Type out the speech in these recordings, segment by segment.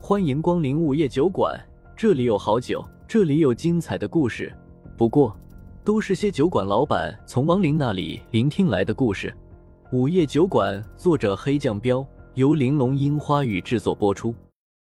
欢迎光临午夜酒馆，这里有好酒，这里有精彩的故事。不过，都是些酒馆老板从亡灵那里聆听来的故事。午夜酒馆，作者黑酱标，由玲珑樱花雨制作播出。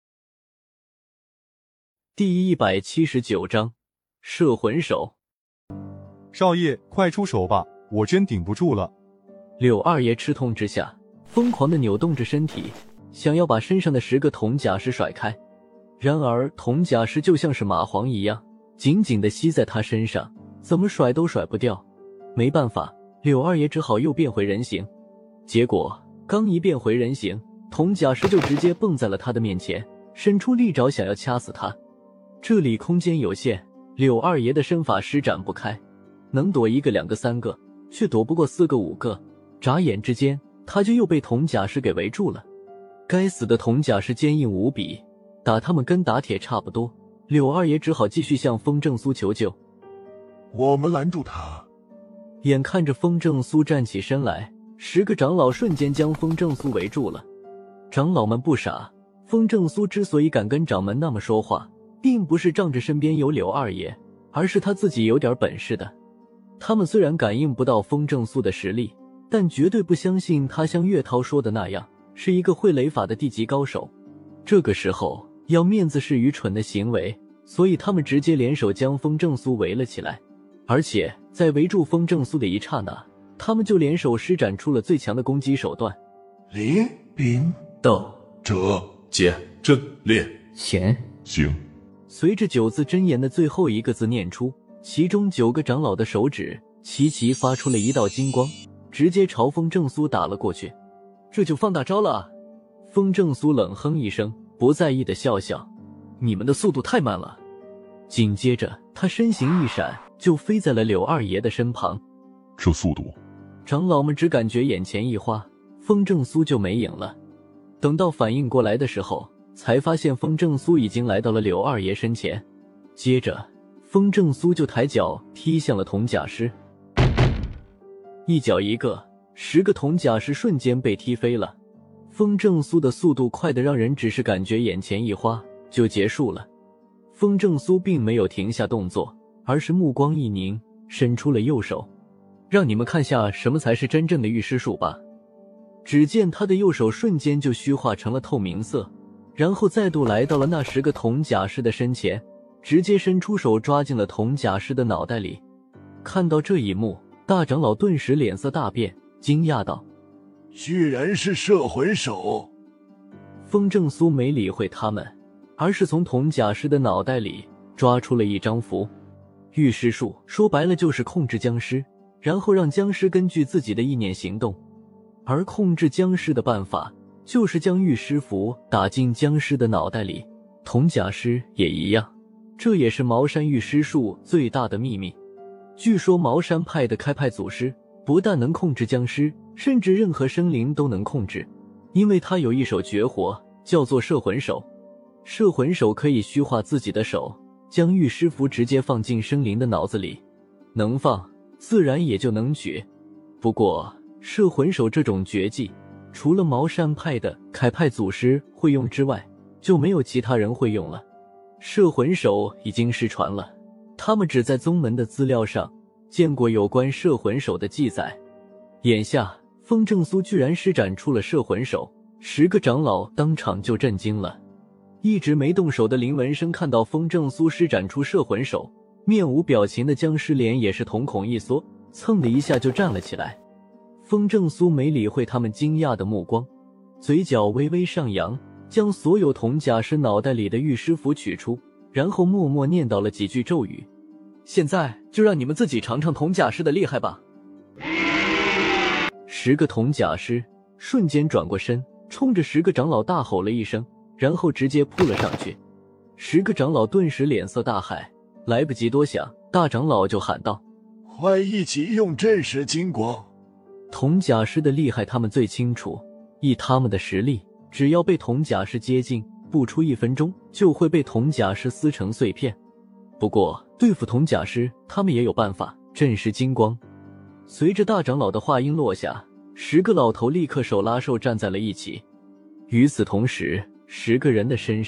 第179章，摄魂手。 少爷，快出手吧，我真顶不住了。 柳二爷吃痛之下，疯狂地扭动着身体，想要把身上的10个铜甲尸甩开。然而铜甲尸就像是蚂蟥一样，紧紧地吸在他身上，怎么甩都甩不掉。没办法，柳二爷只好又变回人形。结果刚一变回人形，铜甲尸就直接蹦在了他的面前，伸出利爪想要掐死他。这里空间有限，柳二爷的身法施展不开，能躲1个、2个、3个，却躲不过4个、5个。眨眼之间，他就又被铜甲尸给围住了。该死的铜甲尸坚硬无比，打他们跟打铁差不多。柳二爷只好继续向风正苏求救。 我们拦住他。 眼看着风正苏站起身来，10个长老瞬间将风正苏围住了。长老们不傻，风正苏之所以敢跟掌门那么说话，并不是仗着身边有柳二爷，而是他自己有点本事的。他们虽然感应不到风正苏的实力，但绝对不相信他像岳涛说的那样是一个会雷法的地级高手。这个时候要面子是愚蠢的行为，所以他们直接联手将风正苏围了起来。而且在围住风正苏的一刹那，他们就联手施展出了最强的攻击手段： 临兵斗者劫阵列前行。 随着9字真言的最后一个字念出，其中9个长老的手指齐齐发出了一道金光，直接朝风正苏打了过去。这就放大招了啊！风正苏冷哼一声，不在意的笑笑：你们的速度太慢了。紧接着他身形一闪，就飞在了柳二爷的身旁。 这速度， 长老们只感觉眼前一花，风正苏就没影了。等到反应过来的时候，才发现风正苏已经来到了柳二爷身前。接着风正苏就抬脚踢向了铜甲尸，一脚一个，10个铜甲尸瞬间被踢飞了。风正苏的速度快得让人只是感觉眼前一花就结束了。风正苏并没有停下动作，而是目光一凝，伸出了右手，让你们看下什么才是真正的御尸术吧。只见他的右手瞬间就虚化成了透明色，然后再度来到了那10个铜甲尸的身前，直接伸出手抓进了铜甲尸的脑袋里。看到这一幕，大长老顿时脸色大变，惊讶道： 居然是摄魂手。 风正苏没理会他们，而是从铜甲尸的脑袋里抓出了一张符。御尸术说白了就是控制僵尸，然后让僵尸根据自己的意念行动。而控制僵尸的办法就是将御尸符打进僵尸的脑袋里。铜甲尸也一样，这也是茅山御尸术最大的秘密。据说茅山派的开派祖师不但能控制僵尸，甚至任何生灵都能控制，因为他有一手绝活叫做摄魂手。摄魂手可以虚化自己的手，将御尸符直接放进生灵的脑子里，能放自然也就能取。不过摄魂手这种绝技，除了茅山派的开派祖师会用之外，就没有其他人会用了。摄魂手已经失传了，他们只在宗门的资料上见过有关摄魂手的记载。眼下风正苏居然施展出了摄魂手，10个长老当场就震惊了。一直没动手的林文生看到风正苏施展出摄魂手，面无表情的僵尸脸也是瞳孔一缩，蹭的一下就站了起来。风正苏没理会他们惊讶的目光，嘴角微微上扬，将所有铜甲尸脑袋里的御尸符取出，然后默默念叨了几句咒语。现在就让你们自己尝尝铜甲尸的厉害吧。10个铜甲尸瞬间转过身，冲着10个长老大吼了一声，然后直接扑了上去。10个长老顿时脸色大骇，来不及多想，大长老就喊道： 快一起用阵势金光。 铜甲尸的厉害他们最清楚，以他们的实力，只要被铜甲尸接近，不出1分钟就会被铜甲尸撕成碎片。不过对付铜甲尸他们也有办法，阵势金光。随着大长老的话音落下，10个老头立刻手拉手站在了一起。与此同时，10个人的身上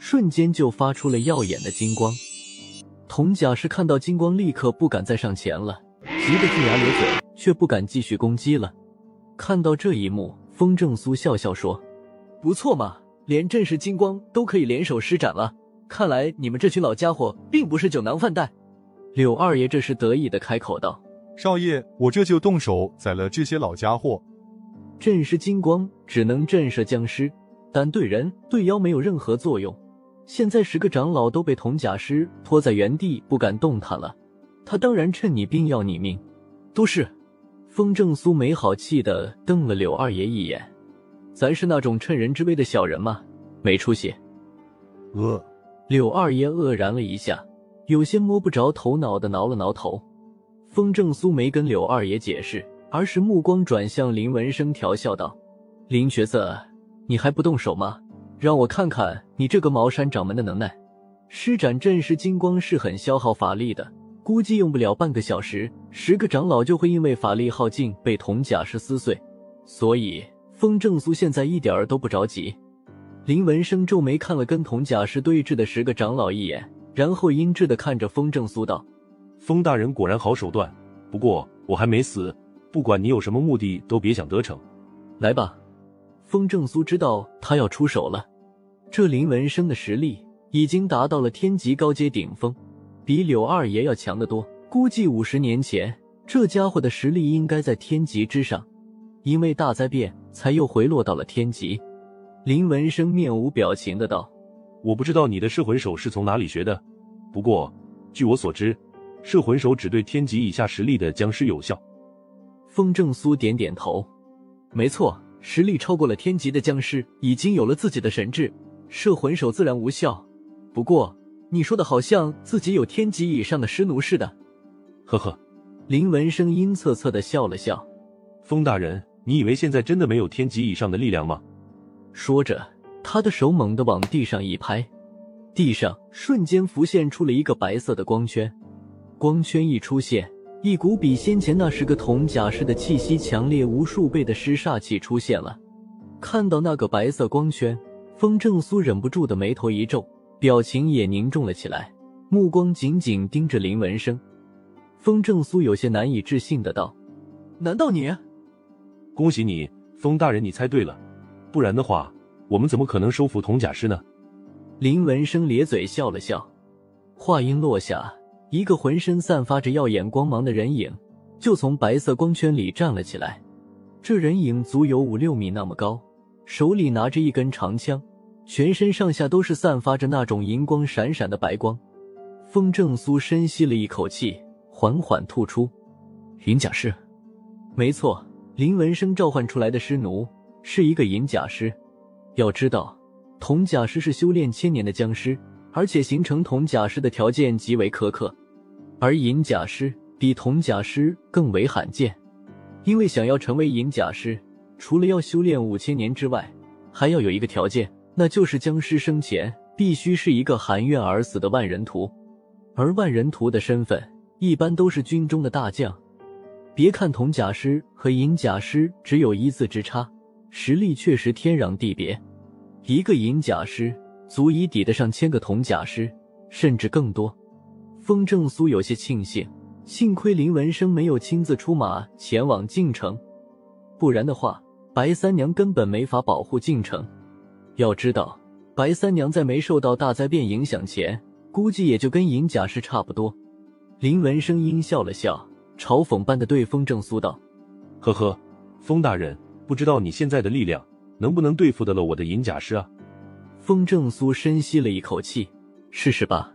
瞬间就发出了耀眼的金光。铜甲士看到金光，立刻不敢再上前了，急得龇牙咧嘴，却不敢继续攻击了。看到这一幕，风正苏笑笑说：“不错嘛，连阵势金光都可以联手施展了，看来你们这群老家伙并不是酒囊饭袋。”柳二爷这时得意地开口道：“ 少爷，我这就动手宰了这些老家伙。” 阵势金光只能震慑僵尸，但对人对妖没有任何作用。现在10个长老都被铜甲师拖在原地不敢动弹了，他当然趁你病要你命。都是。风正苏没好气地瞪了柳二爷一眼：“咱是那种趁人之危的小人吗？没出息。”柳二爷愕然了一下，有些摸不着头脑地挠了挠头。风正苏没跟柳二爷解释，而是目光转向林文生，调笑道：“林瘸子，你还不动手吗？让我看看你这个茅山掌门的能耐。”施展阵势金光是很消耗法力的，估计用不了半个小时，10个长老就会因为法力耗尽被铜甲师撕碎，所以风正苏现在一点儿都不着急。林文生皱眉看了跟铜甲师对峙的10个长老一眼，然后阴鸷地看着风正苏道：“ 风大人果然好手段，不过我还没死，不管你有什么目的都别想得逞。” 来吧。风正苏知道他要出手了，这林文生的实力已经达到了天级高阶顶峰，比柳二爷要强得多，估计50年前这家伙的实力应该在天级之上，因为大灾变才又回落到了天级。林文生面无表情的道：“ 我不知道你的摄魂手是从哪里学的，不过据我所知，摄魂手只对天级以下实力的僵尸有效。” 风正苏点点头：“没错，实力超过了天级的僵尸已经有了自己的神智，摄魂手自然无效。不过你说的好像自己有天级以上的尸奴似的。” 呵呵。 林文生阴恻恻地笑了笑：“ 风大人，你以为现在真的没有天级以上的力量吗？” 说着，他的手猛地往地上一拍，地上瞬间浮现出了一个白色的光圈。光圈一出现，一股比先前那10个铜甲师的气息强烈无数倍的尸煞气出现了。看到那个白色光圈，风正苏忍不住的眉头一皱，表情也凝重了起来，目光紧紧盯着林文生。风正苏有些难以置信的道：“难道你……” 恭喜你，风大人，你猜对了，不然的话，我们怎么可能收服铜甲师呢？ 林文生咧嘴笑了笑。话音落下，一个浑身散发着耀眼光芒的人影就从白色光圈里站了起来。这人影足有5-6米那么高，手里拿着一根长枪，全身上下都是散发着那种银光闪闪的白光。风正苏深吸了一口气，缓缓吐出：“银甲师。”没错，林文生召唤出来的尸奴是一个银甲师。要知道，铜甲师是修炼1000年的僵尸，而且形成铜甲师的条件极为苛刻，而银甲师比铜甲师更为罕见。因为想要成为银甲师，除了要修炼5000年之外，还要有一个条件，那就是僵尸生前必须是一个含冤而死的万人屠。而万人屠的身份一般都是军中的大将。别看铜甲师和银甲师只有1字之差，实力确实天壤地别。一个银甲师足以抵得上1000个铜甲师，甚至更多。风正苏有些庆幸，幸亏林文生没有亲自出马前往晋城，不然的话，白三娘根本没法保护晋城。要知道，白三娘在没受到大灾变影响前，估计也就跟银甲师差不多。林文生阴笑了笑，嘲讽般的对风正苏道：“ 呵呵，风大人，不知道你现在的力量能不能对付得了我的银甲师啊？” 风正苏深吸了一口气：“试试吧。”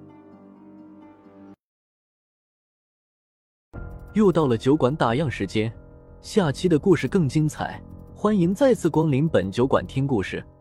又到了酒馆打烊时间，下期的故事更精彩，欢迎再次光临本酒馆听故事。